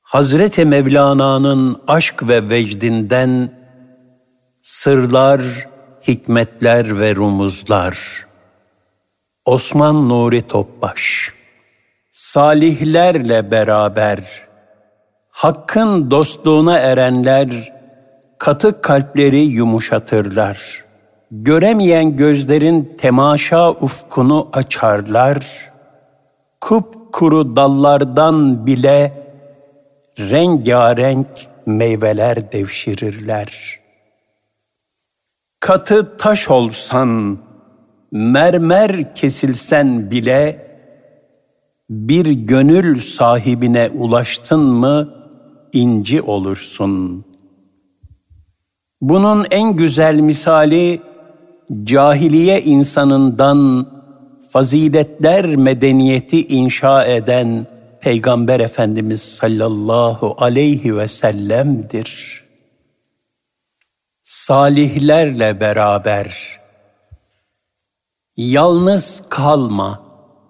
Hazreti Mevlana'nın aşk ve vecdinden sırlar, hikmetler ve rumuzlar. Osman Nuri Topbaş. Salihlerle beraber Hakk'ın dostluğuna erenler katı kalpleri yumuşatırlar. Göremeyen gözlerin temaşa ufkunu açarlar. Kupkuru dallardan bile rengarenk meyveler devşirirler. Katı taş olsan, mermer kesilsen bile, bir gönül sahibine ulaştın mı inci olursun. Bunun en güzel misali, cahiliye insanından faziletler medeniyeti inşa eden Peygamber Efendimiz sallallahu aleyhi ve sellem'dir. Salihlerle beraber yalnız kalma.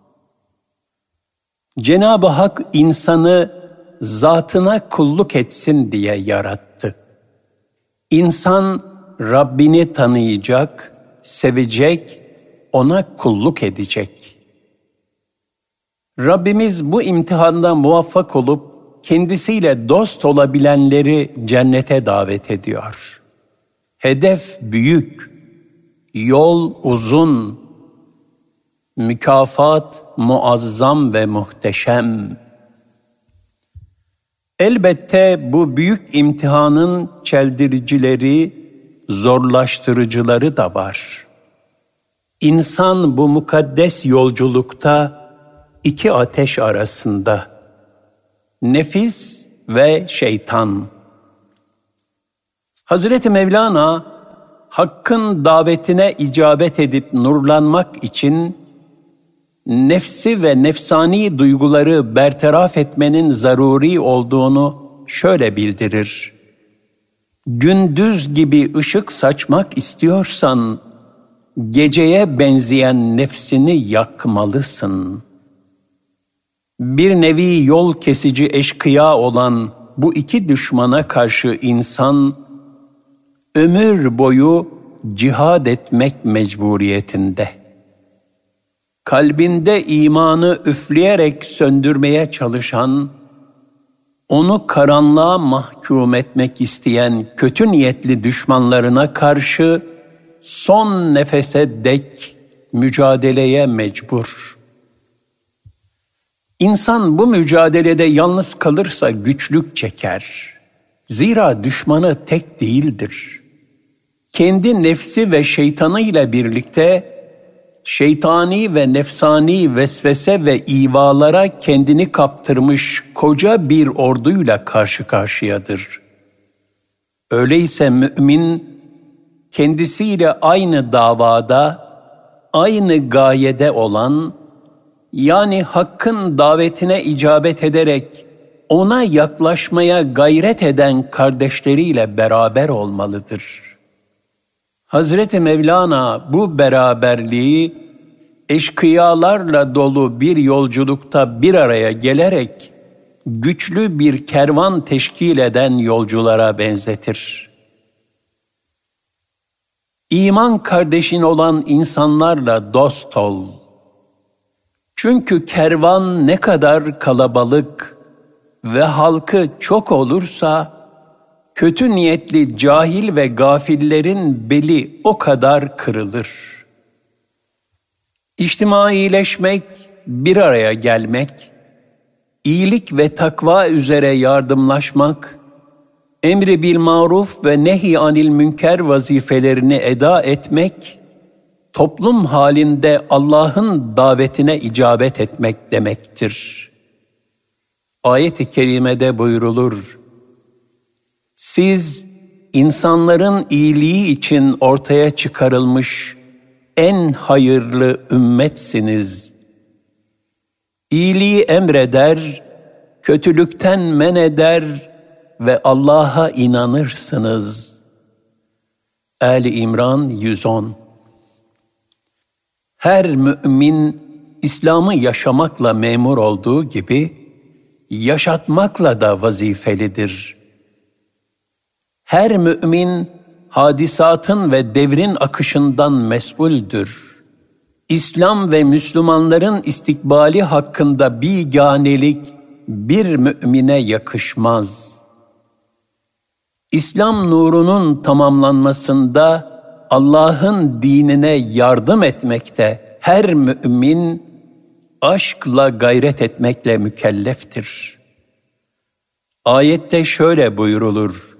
Cenab-ı Hak insanı zatına kulluk etsin diye yarattı. İnsan Rabbini tanıyacak, sevecek, ona kulluk edecek. Rabbimiz bu imtihanda muvaffak olup kendisiyle dost olabilenleri cennete davet ediyor. Hedef büyük, yol uzun, mükafat muazzam ve muhteşem. Elbette bu büyük imtihanın çeldiricileri, zorlaştırıcıları da var. İnsan bu mukaddes yolculukta iki ateş arasında, nefis ve şeytan. Hazreti Mevlana, Hakk'ın davetine icabet edip nurlanmak için nefsi ve nefsani duyguları bertaraf etmenin zaruri olduğunu şöyle bildirir. Gündüz gibi ışık saçmak istiyorsan, geceye benzeyen nefsini yakmalısın. Bir nevi yol kesici eşkıya olan bu iki düşmana karşı insan, ömür boyu cihad etmek mecburiyetinde. Kalbinde imanı üfleyerek söndürmeye çalışan, onu karanlığa mahkum etmek isteyen kötü niyetli düşmanlarına karşı son nefese dek mücadeleye mecbur. İnsan bu mücadelede yalnız kalırsa güçlük çeker. Zira düşmanı tek değildir. Kendi nefsi ve şeytanı ile birlikte şeytani ve nefsani vesvese ve ivalara kendini kaptırmış koca bir orduyla karşı karşıyadır. Öyleyse mümin, kendisiyle aynı davada, aynı gayede olan, yani Hakk'ın davetine icabet ederek ona yaklaşmaya gayret eden kardeşleriyle beraber olmalıdır. Hazreti Mevlana bu beraberliği eşkıyalarla dolu bir yolculukta bir araya gelerek güçlü bir kervan teşkil eden yolculara benzetir. İman kardeşin olan insanlarla dost ol. Çünkü kervan ne kadar kalabalık ve halkı çok olursa, kötü niyetli cahil ve gafillerin beli o kadar kırılır. İçtimaileşmek, bir araya gelmek, iyilik ve takva üzere yardımlaşmak, emri bil maruf ve nehy anil münker vazifelerini eda etmek, toplum halinde Allah'ın davetine icabet etmek demektir. Ayet-i kerimede buyrulur: siz insanların iyiliği için ortaya çıkarılmış en hayırlı ümmetsiniz. İyiliği emreder, kötülükten men eder ve Allah'a inanırsınız. Ali İmran 110. Her mümin İslam'ı yaşamakla memur olduğu gibi, yaşatmakla da vazifelidir. Her mümin hadisatın ve devrin akışından mes'uldür. İslam ve Müslümanların istikbali hakkında biganelik bir mümine yakışmaz. İslam nurunun tamamlanmasında Allah'ın dinine yardım etmekte her mümin aşkla gayret etmekle mükelleftir. Ayette şöyle buyrulur: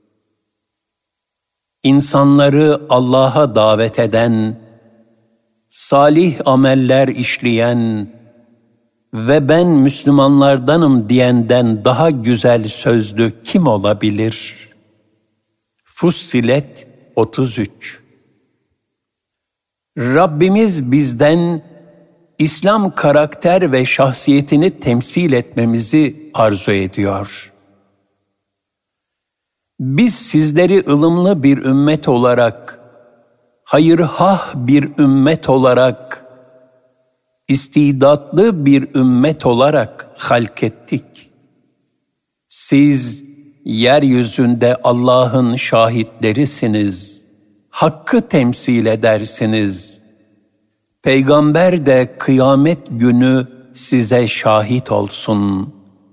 İnsanları Allah'a davet eden, salih ameller işleyen ve ben Müslümanlardanım diyenden daha güzel sözlü kim olabilir? Fussilet 33. Rabbimiz bizden İslam karakter ve şahsiyetini temsil etmemizi arzu ediyor. Biz sizleri ılımlı bir ümmet olarak, hayırhah bir ümmet olarak, istidatlı bir ümmet olarak halk ettik. Siz yeryüzünde Allah'ın şahitlerisiniz, hakkı temsil edersiniz. Peygamber de kıyamet günü size şahit olsun.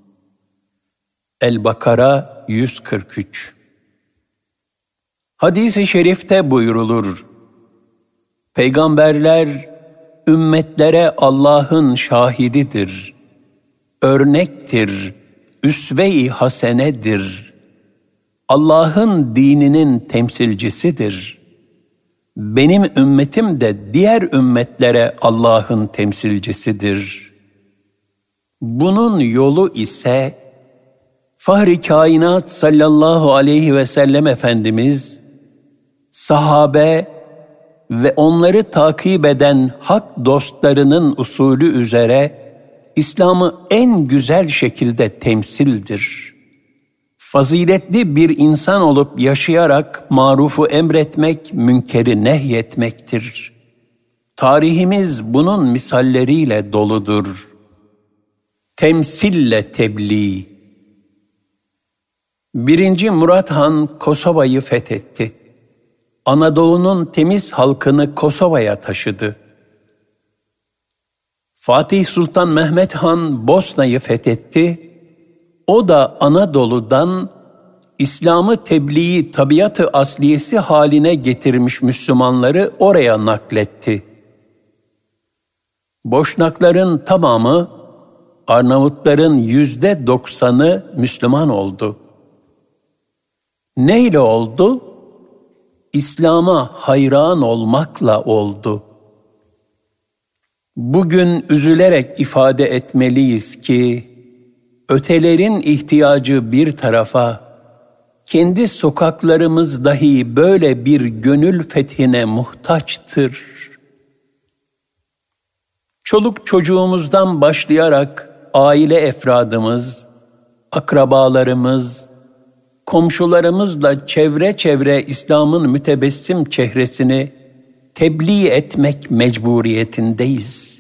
El-Bakara 143. Hadis-i şerifte buyrulur: Peygamberler ümmetlere Allah'ın şahididir, örnektir, üsve-i hasenedir. Allah'ın dininin temsilcisidir. Benim ümmetim de diğer ümmetlere Allah'ın temsilcisidir. Bunun yolu ise Fahri Kainat sallallahu aleyhi ve sellem Efendimiz, sahabe ve onları takip eden hak dostlarının usulü üzere İslam'ı en güzel şekilde temsildir. Faziletli bir insan olup yaşayarak marufu emretmek, münkeri nehyetmektir. Tarihimiz bunun misalleriyle doludur. Temsille tebliğ. 1. Murat Han Kosova'yı fethetti. Anadolu'nun temiz halkını Kosova'ya taşıdı. Fatih Sultan Mehmet Han Bosna'yı fethetti. O da Anadolu'dan İslam'ı tebliği tabiatı asliyesi haline getirmiş Müslümanları oraya nakletti. Boşnakların tamamı, Arnavutların %90'ı Müslüman oldu. Neyle oldu? İslam'a hayran olmakla oldu. Bugün üzülerek ifade etmeliyiz ki, ötelerin ihtiyacı bir tarafa, kendi sokaklarımız dahi böyle bir gönül fethine muhtaçtır. Çoluk çocuğumuzdan başlayarak aile efradımız, akrabalarımız, komşularımızla çevre çevre İslam'ın mütebessim çehresini tebliğ etmek mecburiyetindeyiz.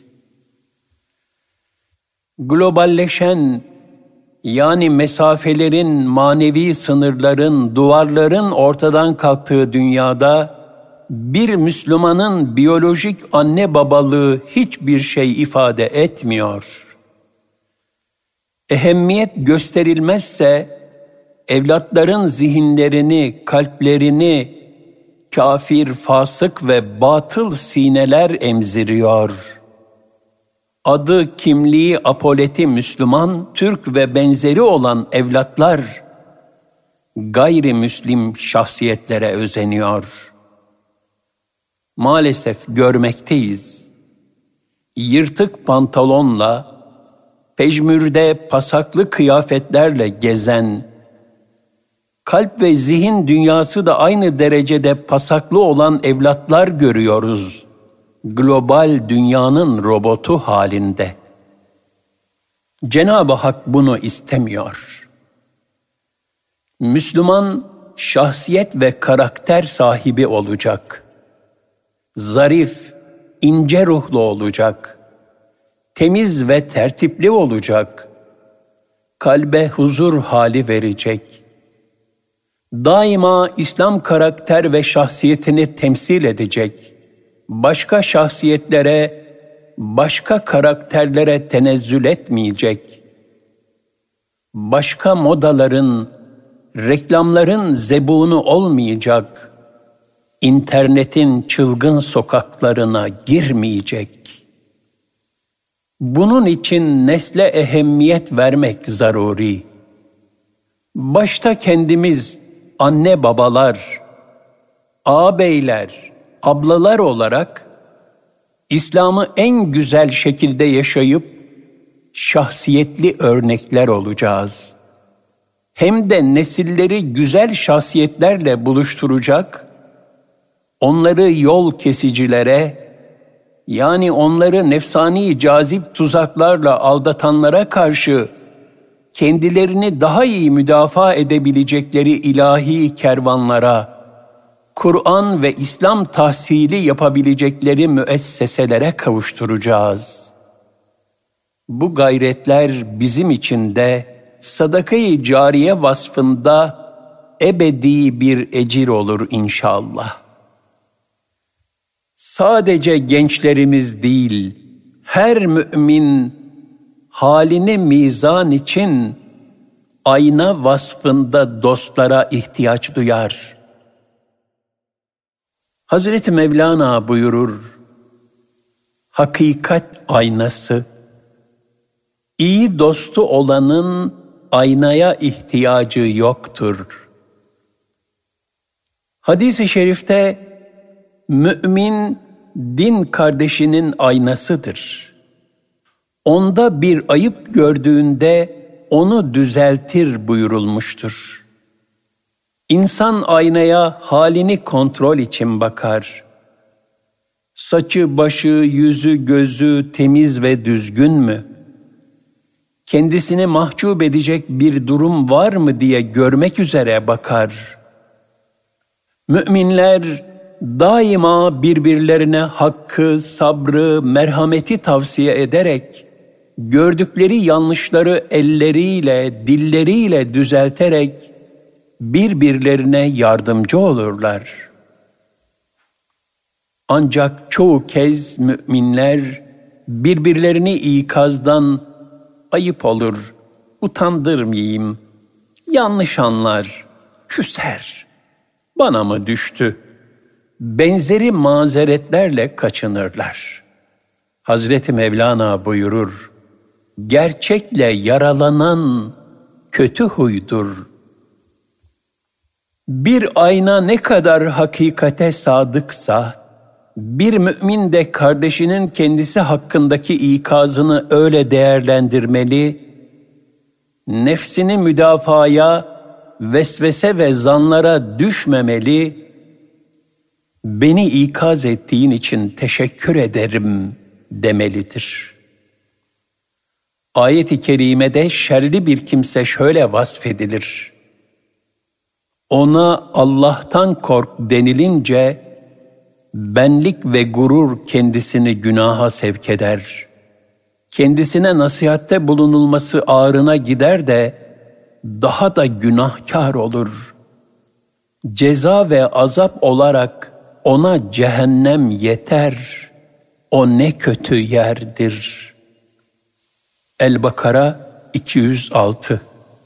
Globalleşen, yani mesafelerin, manevi sınırların, duvarların ortadan kalktığı dünyada bir Müslümanın biyolojik anne babalığı hiçbir şey ifade etmiyor. Ehemmiyet gösterilmezse evlatların zihinlerini, kalplerini kafir, fasık ve batıl sineler emziriyor. Adı, kimliği, apoleti Müslüman, Türk ve benzeri olan evlatlar gayrimüslim şahsiyetlere özeniyor. Maalesef görmekteyiz. Yırtık pantolonla, pejmürde pasaklı kıyafetlerle gezen, kalp ve zihin dünyası da aynı derecede pasaklı olan evlatlar görüyoruz. Global dünyanın robotu halinde. Cenab-ı Hak bunu istemiyor. Müslüman şahsiyet ve karakter sahibi olacak. Zarif, ince ruhlu olacak. Temiz ve tertipli olacak. kalbe huzur hali verecek, daima İslam karakter ve şahsiyetini temsil edecek, başka şahsiyetlere, başka karakterlere tenezzül etmeyecek, başka modaların, reklamların zebunu olmayacak, internetin çılgın sokaklarına girmeyecek. Bunun için nesle ehemmiyet vermek zaruri. Başta kendimiz, anne babalar, ağabeyler, ablalar olarak İslam'ı en güzel şekilde yaşayıp şahsiyetli örnekler olacağız. Hem de nesilleri güzel şahsiyetlerle buluşturacak, onları yol kesicilere, yani onları nefsani cazip tuzaklarla aldatanlara karşı kendilerini daha iyi müdafaa edebilecekleri ilahi kervanlara, Kur'an ve İslam tahsili yapabilecekleri müesseselere kavuşturacağız. Bu gayretler bizim için de sadaka-i cariye vasfında ebedi bir ecir olur inşallah. Sadece gençlerimiz değil, her mümin halini mizan için ayna vasfında dostlara ihtiyaç duyar. Hazreti Mevlana buyurur, hakikat aynası, iyi dostu olanın aynaya ihtiyacı yoktur. Hadis-i şerifte, mümin din kardeşinin aynasıdır. Onda bir ayıp gördüğünde onu düzeltir buyurulmuştur. İnsan aynaya halini kontrol için bakar. Saçı, başı, yüzü, gözü temiz ve düzgün mü? Kendisini mahcup edecek bir durum var mı diye görmek üzere bakar. Müminler daima birbirlerine hakkı, sabrı, merhameti tavsiye ederek, gördükleri yanlışları elleriyle, dilleriyle düzelterek birbirlerine yardımcı olurlar. Ancak çoğu kez müminler birbirlerini ikazdan ayıp olur, utandırmayayım, yanlış anlar, küser, bana mı düştü? Benzeri mazeretlerle kaçınırlar. Hazreti Mevlana buyurur, gerçekle yaralanan kötü huydur. Bir ayna ne kadar hakikate sadıksa, bir mümin de kardeşinin kendisi hakkındaki ikazını öyle değerlendirmeli, nefsini müdafaya, vesvese ve zanlara düşmemeli, beni ikaz ettiğin için teşekkür ederim demelidir. Ayet-i kerimede şerli bir kimse şöyle vasfedilir. Ona Allah'tan kork denilince, benlik ve gurur kendisini günaha sevk eder. Kendisine nasihatte bulunulması ağrına gider de, daha da günahkar olur. Ceza ve azap olarak ona cehennem yeter. O ne kötü yerdir. El-Bakara 206.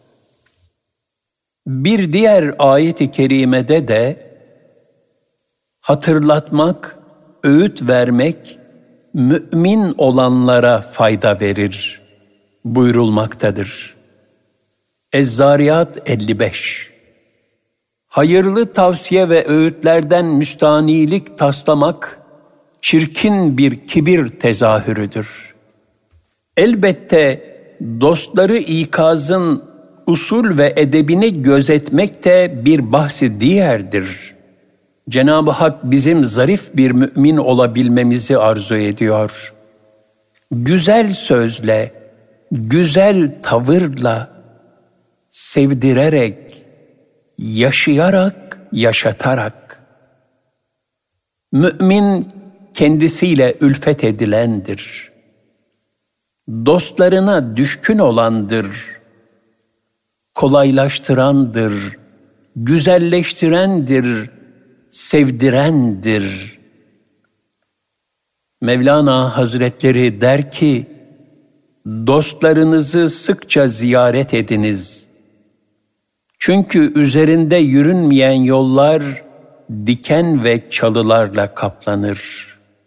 Bir diğer ayet-i kerimede de hatırlatmak, öğüt vermek mümin olanlara fayda verir buyurulmaktadır. Ez-Zariyat 55. Hayırlı tavsiye ve öğütlerden müstanilik taslamak çirkin bir kibir tezahürüdür. Elbette dostları ikazın usul ve edebini gözetmek de bir bahsi diğerdir. Cenab-ı Hak bizim zarif bir mümin olabilmemizi arzu ediyor. Güzel sözle, güzel tavırla, sevdirerek, yaşayarak, yaşatarak. Mümin kendisiyle ülfet edilendir. Dostlarına düşkün olandır. kolaylaştırandır, güzelleştirendir, sevdirendir. Mevlana Hazretleri der ki, dostlarınızı sıkça ziyaret ediniz. Çünkü üzerinde yürünmeyen yollar diken ve çalılarla kaplanır.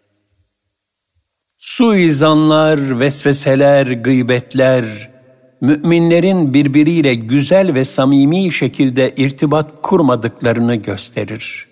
Suizanlar, vesveseler, gıybetler, müminlerin birbiriyle güzel ve samimi şekilde irtibat kurmadıklarını gösterir.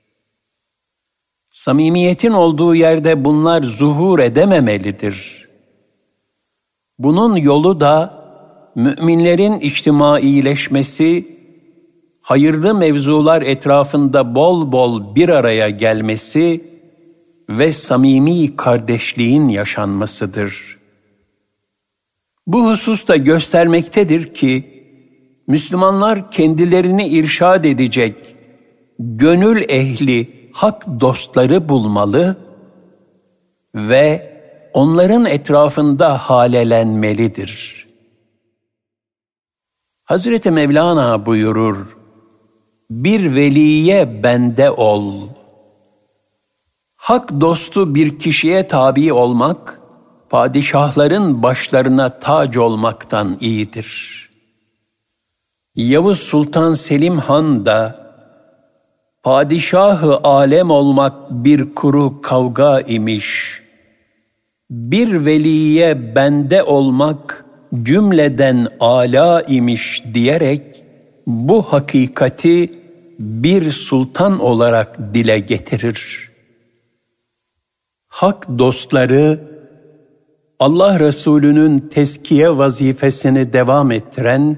Samimiyetin olduğu yerde bunlar zuhur edememelidir. Bunun yolu da müminlerin içtimaileşmesi, hayırlı mevzular etrafında bol bol bir araya gelmesi ve samimi kardeşliğin yaşanmasıdır. Bu hususta göstermektedir ki, Müslümanlar kendilerini irşad edecek, gönül ehli, hak dostları bulmalı ve onların etrafında halelenmelidir. Hazreti Mevlana buyurur, bir veliye bende ol. Hak dostu bir kişiye tabi olmak, padişahların başlarına tac olmaktan iyidir. Yavuz Sultan Selim Han da, padişahı alem olmak bir kuru kavga imiş. Bir veliye bende olmak cümleden âlâ imiş diyerek bu hakikati bir sultan olarak dile getirir. Hak dostları, Allah Resulü'nün tezkiye vazifesini devam ettiren,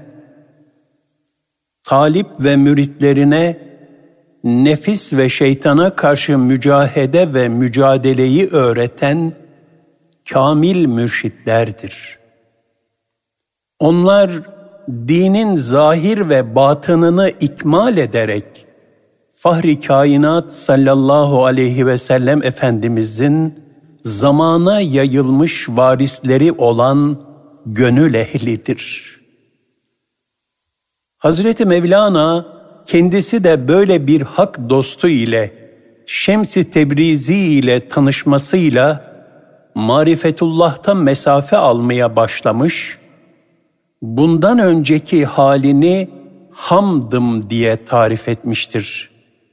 talip ve müritlerine nefis ve şeytana karşı mücahede ve mücadeleyi öğreten kamil mürşitlerdir. Onlar dinin zahir ve batınını ikmal ederek Fahri Kainat sallallahu aleyhi ve sellem Efendimizin zamana yayılmış varisleri olan gönül ehlidir. Hazreti Mevlana kendisi de böyle bir hak dostu ile Şems-i Tebrizi ile tanışmasıyla marifetullah'tan mesafe almaya başlamış, bundan önceki halini hamdım diye tarif etmiştir.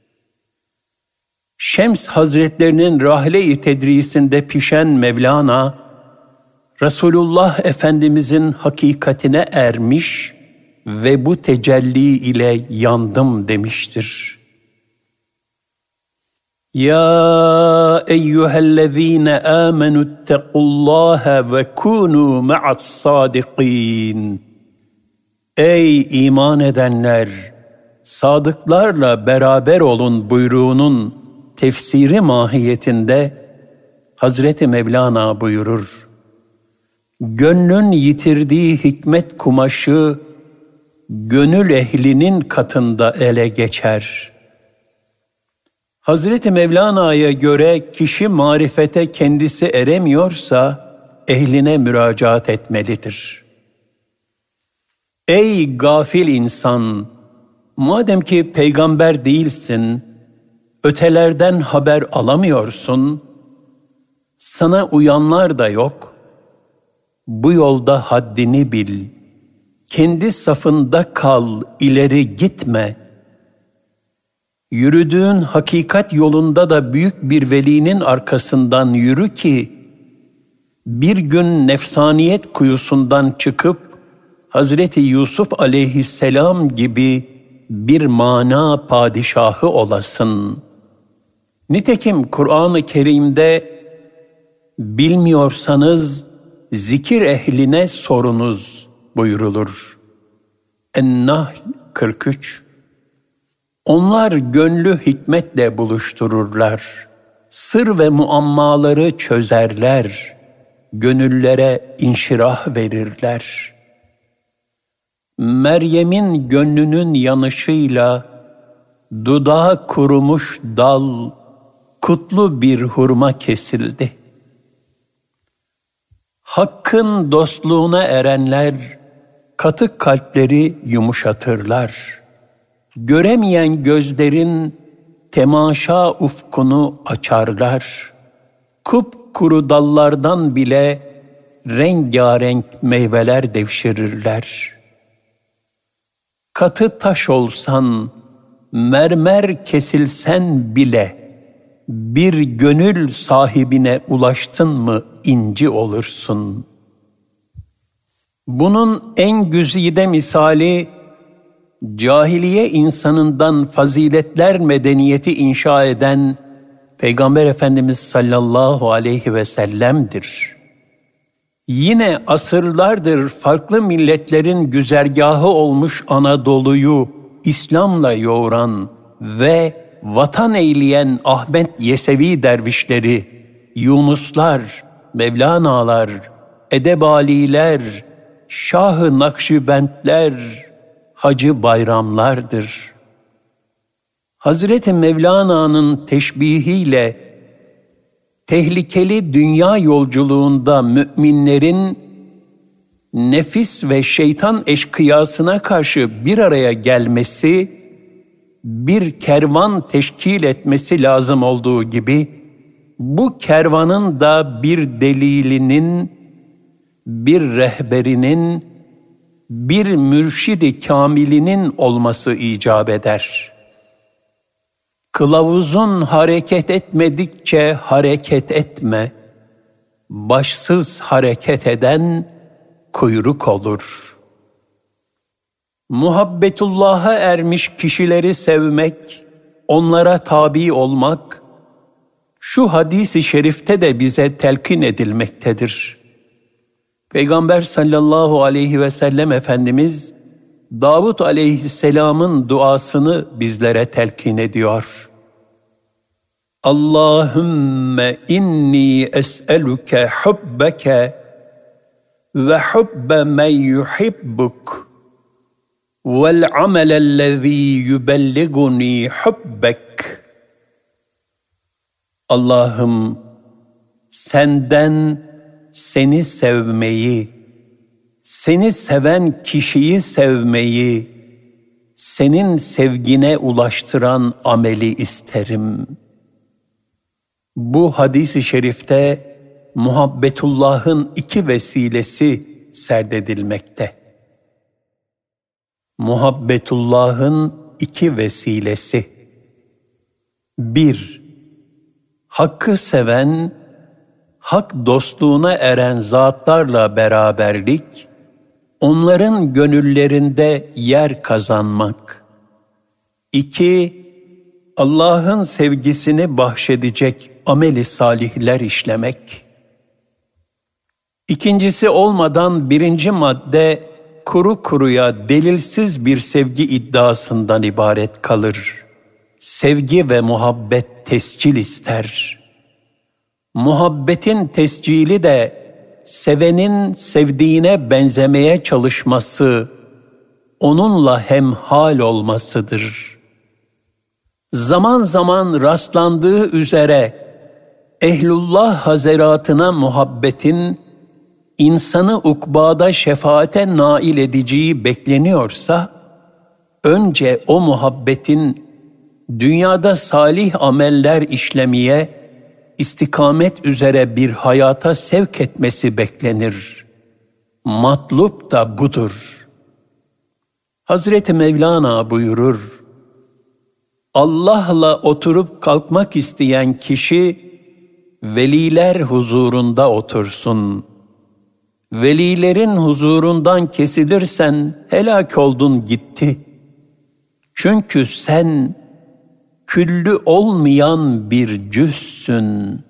Şems Hazretlerinin rahle-i tedrisinde pişen Mevlana, Resulullah Efendimizin hakikatine ermiş ve bu tecelli ile yandım demiştir. Ya eyyühellezîne âmenüttequllâhe ve kûnû ma'as-sâdikîn. Ey iman edenler! Sadıklarla beraber olun buyruğunun tefsiri mahiyetinde Hazreti Mevlana buyurur. Gönlün yitirdiği hikmet kumaşı gönül ehlinin katında ele geçer. Hazreti Mevlana'ya göre kişi marifete kendisi eremiyorsa ehline müracaat etmelidir. Ey gafil insan! Madem ki peygamber değilsin, ötelerden haber alamıyorsun, sana uyanlar da yok, bu yolda haddini bil, kendi safında kal, ileri gitme. Yürüdüğün hakikat yolunda da büyük bir velinin arkasından yürü ki, bir gün nefsaniyet kuyusundan çıkıp, Hazreti Yusuf aleyhisselam gibi bir mana padişahı olasın. Nitekim Kur'an-ı Kerim'de bilmiyorsanız zikir ehline sorunuz buyurulur. En-Nahl 43. Onlar gönlü hikmetle buluştururlar. Sır ve muammaları çözerler. Gönüllere inşirah verirler. Meryem'in gönlünün yanışıyla dudağı kurumuş dal, kutlu bir hurma kesildi. Hakkın dostluğuna erenler katı kalpleri yumuşatırlar. Göremeyen gözlerin temaşa ufkunu açarlar. Kupkuru dallardan bile rengarenk meyveler devşirirler. Katı taş olsan, mermer kesilsen bile, bir gönül sahibine ulaştın mı inci olursun. Bunun en güzide misali, cahiliye insanından faziletler medeniyeti inşa eden Peygamber Efendimiz sallallahu aleyhi ve sellem'dir. Yine asırlardır farklı milletlerin güzergahı olmuş Anadolu'yu İslam'la yoğuran ve vatan eyleyen Ahmet Yesevi dervişleri, Yunuslar, Mevlana'lar, Edebaliler, Şah-ı Nakşibendler, Hacı Bayramlardır. Hazreti Mevlana'nın teşbihiyle tehlikeli dünya yolculuğunda müminlerin nefis ve şeytan eşkıyasına karşı bir araya gelmesi, bir kervan teşkil etmesi lazım olduğu gibi, bu kervanın da bir delilinin, bir rehberinin, bir mürşidi kamilinin olması icap eder. Kılavuzun hareket etmedikçe hareket etme, başsız hareket eden kuyruk olur. Muhabbetullah'a ermiş kişileri sevmek, onlara tabi olmak, şu hadis-i şerifte de bize telkin edilmektedir. Peygamber sallallahu aleyhi ve sellem Efendimiz, Davud aleyhisselamın duasını bizlere telkin ediyor. Allahümme inni es'eluke hubbeke ve hubbe men yuhibbuk vel amelellezî yubelliguni hubbek. Allah'ım senden seni sevmeyi, seni seven kişiyi sevmeyi, senin sevgine ulaştıran ameli isterim. Bu hadis-i şerifte muhabbetullah'ın iki vesilesi serdedilmekte. Muhabbetullah'ın iki vesilesi. 1. Hakkı seven, hak dostluğuna eren zatlarla beraberlik, onların gönüllerinde yer kazanmak. 2. Allah'ın sevgisini bahşedecek ameli salihler işlemek. İkincisi olmadan birinci madde kuru kuruya delilsiz bir sevgi iddiasından ibaret kalır. Sevgi ve muhabbet tescil ister. Muhabbetin tescili de sevenin sevdiğine benzemeye çalışması, onunla hemhal olmasıdır. Zaman zaman rastlandığı üzere ehlullah hazaratına muhabbetin insanı ukbada şefaate nail edeceği bekleniyorsa, önce o muhabbetin dünyada salih ameller işlemeye, istikamet üzere bir hayata sevk etmesi beklenir. Matlup da budur. Hazreti Mevlana buyurur, Allah'la oturup kalkmak isteyen kişi, veliler huzurunda otursun. Velilerin huzurundan kesilirsen helak oldun gitti. Çünkü sen küllü olmayan bir cüzsün.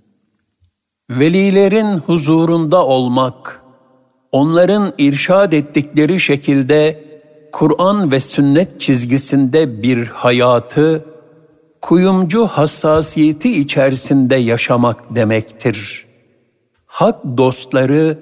Velilerin huzurunda olmak, onların irşad ettikleri şekilde Kur'an ve sünnet çizgisinde bir hayatı, kuyumcu hassasiyeti içerisinde yaşamak demektir. Hak dostları,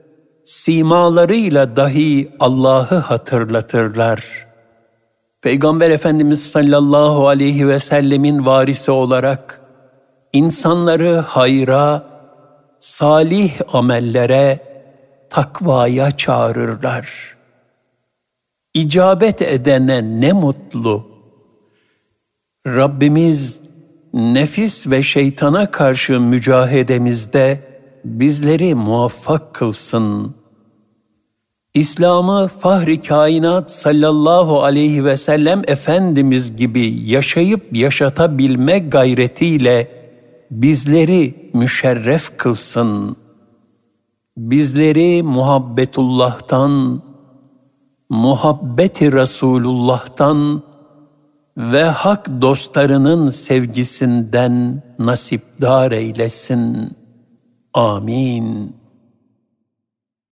simalarıyla dahi Allah'ı hatırlatırlar. Peygamber Efendimiz sallallahu aleyhi ve sellemin varisi olarak insanları hayra, salih amellere, takvaya çağırırlar. icabet edene ne mutlu. Rabbimiz nefis ve şeytana karşı mücahedemizde bizleri muvaffak kılsın. İslam'ı Fahri Kainat sallallahu aleyhi ve sellem Efendimiz gibi yaşayıp yaşatabilme gayretiyle bizleri müşerref kılsın. Bizleri muhabbetullah'tan, muhabbeti Resulullah'tan ve hak dostlarının sevgisinden nasipdar eylesin. Amin.